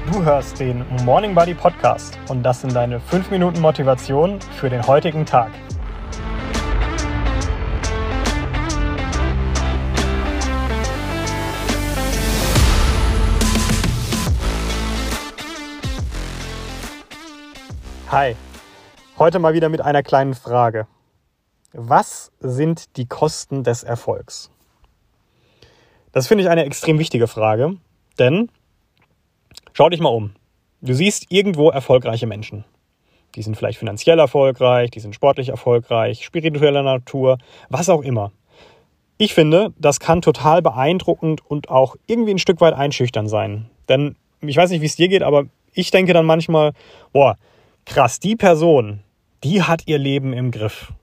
Du hörst den Morning Buddy Podcast und das sind deine 5 Minuten Motivation für den heutigen Tag. Hi, heute mal wieder mit einer kleinen Frage. Was sind die Kosten des Erfolgs? Das finde ich eine extrem wichtige Frage, denn schau dich mal um. Du siehst irgendwo erfolgreiche Menschen. Die sind vielleicht finanziell erfolgreich, die sind sportlich erfolgreich, spiritueller Natur, was auch immer. Ich finde, das kann total beeindruckend und auch irgendwie ein Stück weit einschüchternd sein. Denn ich weiß nicht, wie es dir geht, aber ich denke dann manchmal, boah, krass, die Person, die hat ihr Leben im Griff.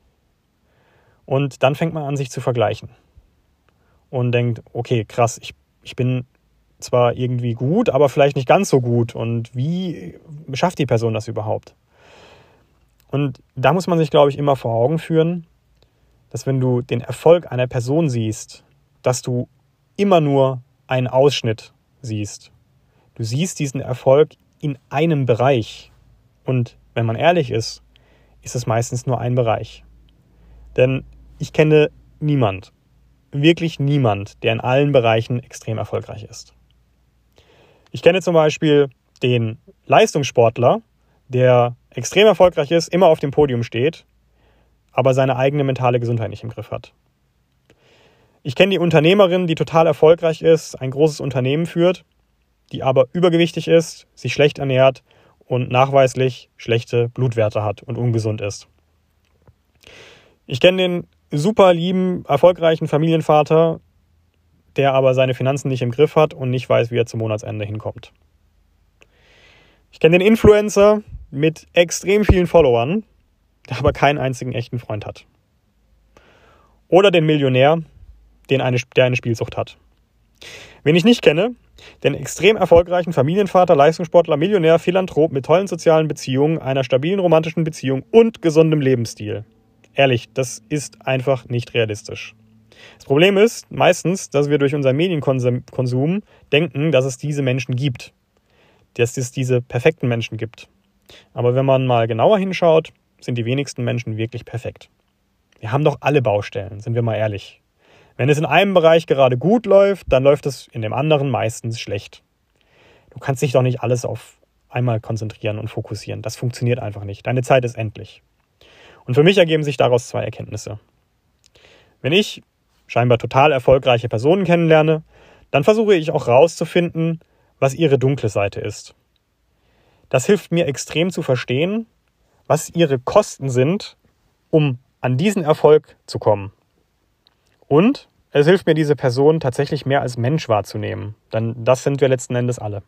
Und dann fängt man an, sich zu vergleichen. Und denkt, okay, krass, ich bin zwar irgendwie gut, aber vielleicht nicht ganz so gut. Und wie schafft die Person das überhaupt? Und da muss man sich, glaube ich, immer vor Augen führen, dass wenn du den Erfolg einer Person siehst, dass du immer nur einen Ausschnitt siehst. Du siehst diesen Erfolg in einem Bereich. Und wenn man ehrlich ist, ist es meistens nur ein Bereich. Denn ich kenne niemand, wirklich niemand, der in allen Bereichen extrem erfolgreich ist. Ich kenne zum Beispiel den Leistungssportler, der extrem erfolgreich ist, immer auf dem Podium steht, aber seine eigene mentale Gesundheit nicht im Griff hat. Ich kenne die Unternehmerin, die total erfolgreich ist, ein großes Unternehmen führt, die aber übergewichtig ist, sich schlecht ernährt und nachweislich schlechte Blutwerte hat und ungesund ist. Ich kenne den super lieben, erfolgreichen Familienvater, der aber seine Finanzen nicht im Griff hat und nicht weiß, wie er zum Monatsende hinkommt. Ich kenne den Influencer mit extrem vielen Followern, der aber keinen einzigen echten Freund hat. Oder den Millionär, der eine Spielsucht hat. Wen ich nicht kenne, den extrem erfolgreichen Familienvater, Leistungssportler, Millionär, Philanthrop mit tollen sozialen Beziehungen, einer stabilen romantischen Beziehung und gesundem Lebensstil. Ehrlich, das ist einfach nicht realistisch. Das Problem ist meistens, dass wir durch unseren Medienkonsum denken, dass es diese Menschen gibt. Dass es diese perfekten Menschen gibt. Aber wenn man mal genauer hinschaut, sind die wenigsten Menschen wirklich perfekt. Wir haben doch alle Baustellen, sind wir mal ehrlich. Wenn es in einem Bereich gerade gut läuft, dann läuft es in dem anderen meistens schlecht. Du kannst dich doch nicht alles auf einmal konzentrieren und fokussieren. Das funktioniert einfach nicht. Deine Zeit ist endlich. Und für mich ergeben sich daraus 2 Erkenntnisse. Wenn ich scheinbar total erfolgreiche Personen kennenlerne, dann versuche ich auch herauszufinden, was ihre dunkle Seite ist. Das hilft mir extrem zu verstehen, was ihre Kosten sind, um an diesen Erfolg zu kommen. Und es hilft mir, diese Person tatsächlich mehr als Mensch wahrzunehmen, denn das sind wir letzten Endes alle.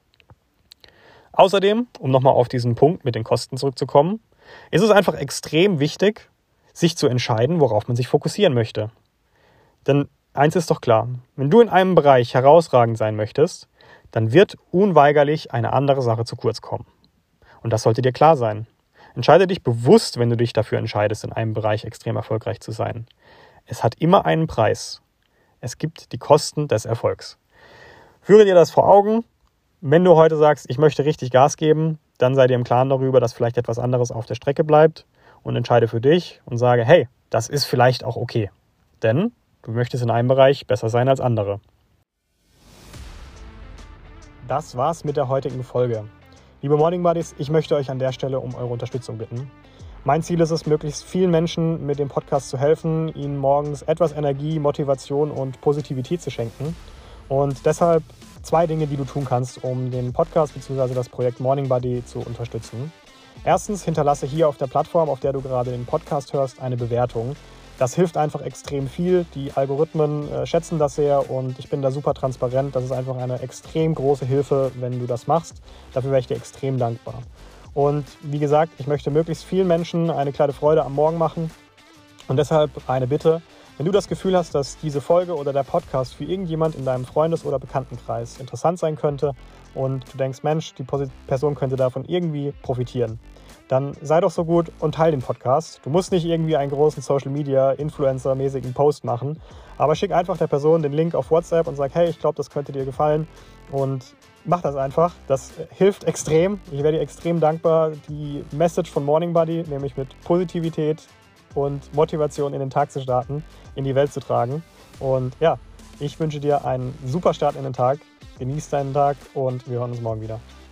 Außerdem, um nochmal auf diesen Punkt mit den Kosten zurückzukommen, ist es einfach extrem wichtig, sich zu entscheiden, worauf man sich fokussieren möchte. Denn eins ist doch klar, wenn du in einem Bereich herausragend sein möchtest, dann wird unweigerlich eine andere Sache zu kurz kommen. Und das sollte dir klar sein. Entscheide dich bewusst, wenn du dich dafür entscheidest, in einem Bereich extrem erfolgreich zu sein. Es hat immer einen Preis. Es gibt die Kosten des Erfolgs. Führe dir das vor Augen. Wenn du heute sagst, ich möchte richtig Gas geben, dann sei dir im Klaren darüber, dass vielleicht etwas anderes auf der Strecke bleibt und entscheide für dich und sage, hey, das ist vielleicht auch okay. Denn du möchtest in einem Bereich besser sein als andere. Das war's mit der heutigen Folge. Liebe Morning Buddies, ich möchte euch an der Stelle um eure Unterstützung bitten. Mein Ziel ist es, möglichst vielen Menschen mit dem Podcast zu helfen, ihnen morgens etwas Energie, Motivation und Positivität zu schenken. Und deshalb 2 Dinge, die du tun kannst, um den Podcast bzw. das Projekt Morning Buddy zu unterstützen. Erstens, hinterlasse hier auf der Plattform, auf der du gerade den Podcast hörst, eine Bewertung. Das hilft einfach extrem viel. Die Algorithmen schätzen das sehr und ich bin da super transparent. Das ist einfach eine extrem große Hilfe, wenn du das machst. Dafür wäre ich dir extrem dankbar. Und wie gesagt, ich möchte möglichst vielen Menschen eine kleine Freude am Morgen machen. Und deshalb eine Bitte, wenn du das Gefühl hast, dass diese Folge oder der Podcast für irgendjemand in deinem Freundes- oder Bekanntenkreis interessant sein könnte und du denkst, Mensch, die Person könnte davon irgendwie profitieren, dann sei doch so gut und teile den Podcast. Du musst nicht irgendwie einen großen Social-Media-Influencer-mäßigen Post machen, aber schick einfach der Person den Link auf WhatsApp und sag, hey, ich glaube, das könnte dir gefallen Und mach das einfach. Das hilft extrem. Ich wäre dir extrem dankbar, die Message von Morning Buddy, nämlich mit Positivität und Motivation in den Tag zu starten, in die Welt zu tragen. Und ja, ich wünsche dir einen super Start in den Tag. Genieß deinen Tag und wir hören uns morgen wieder.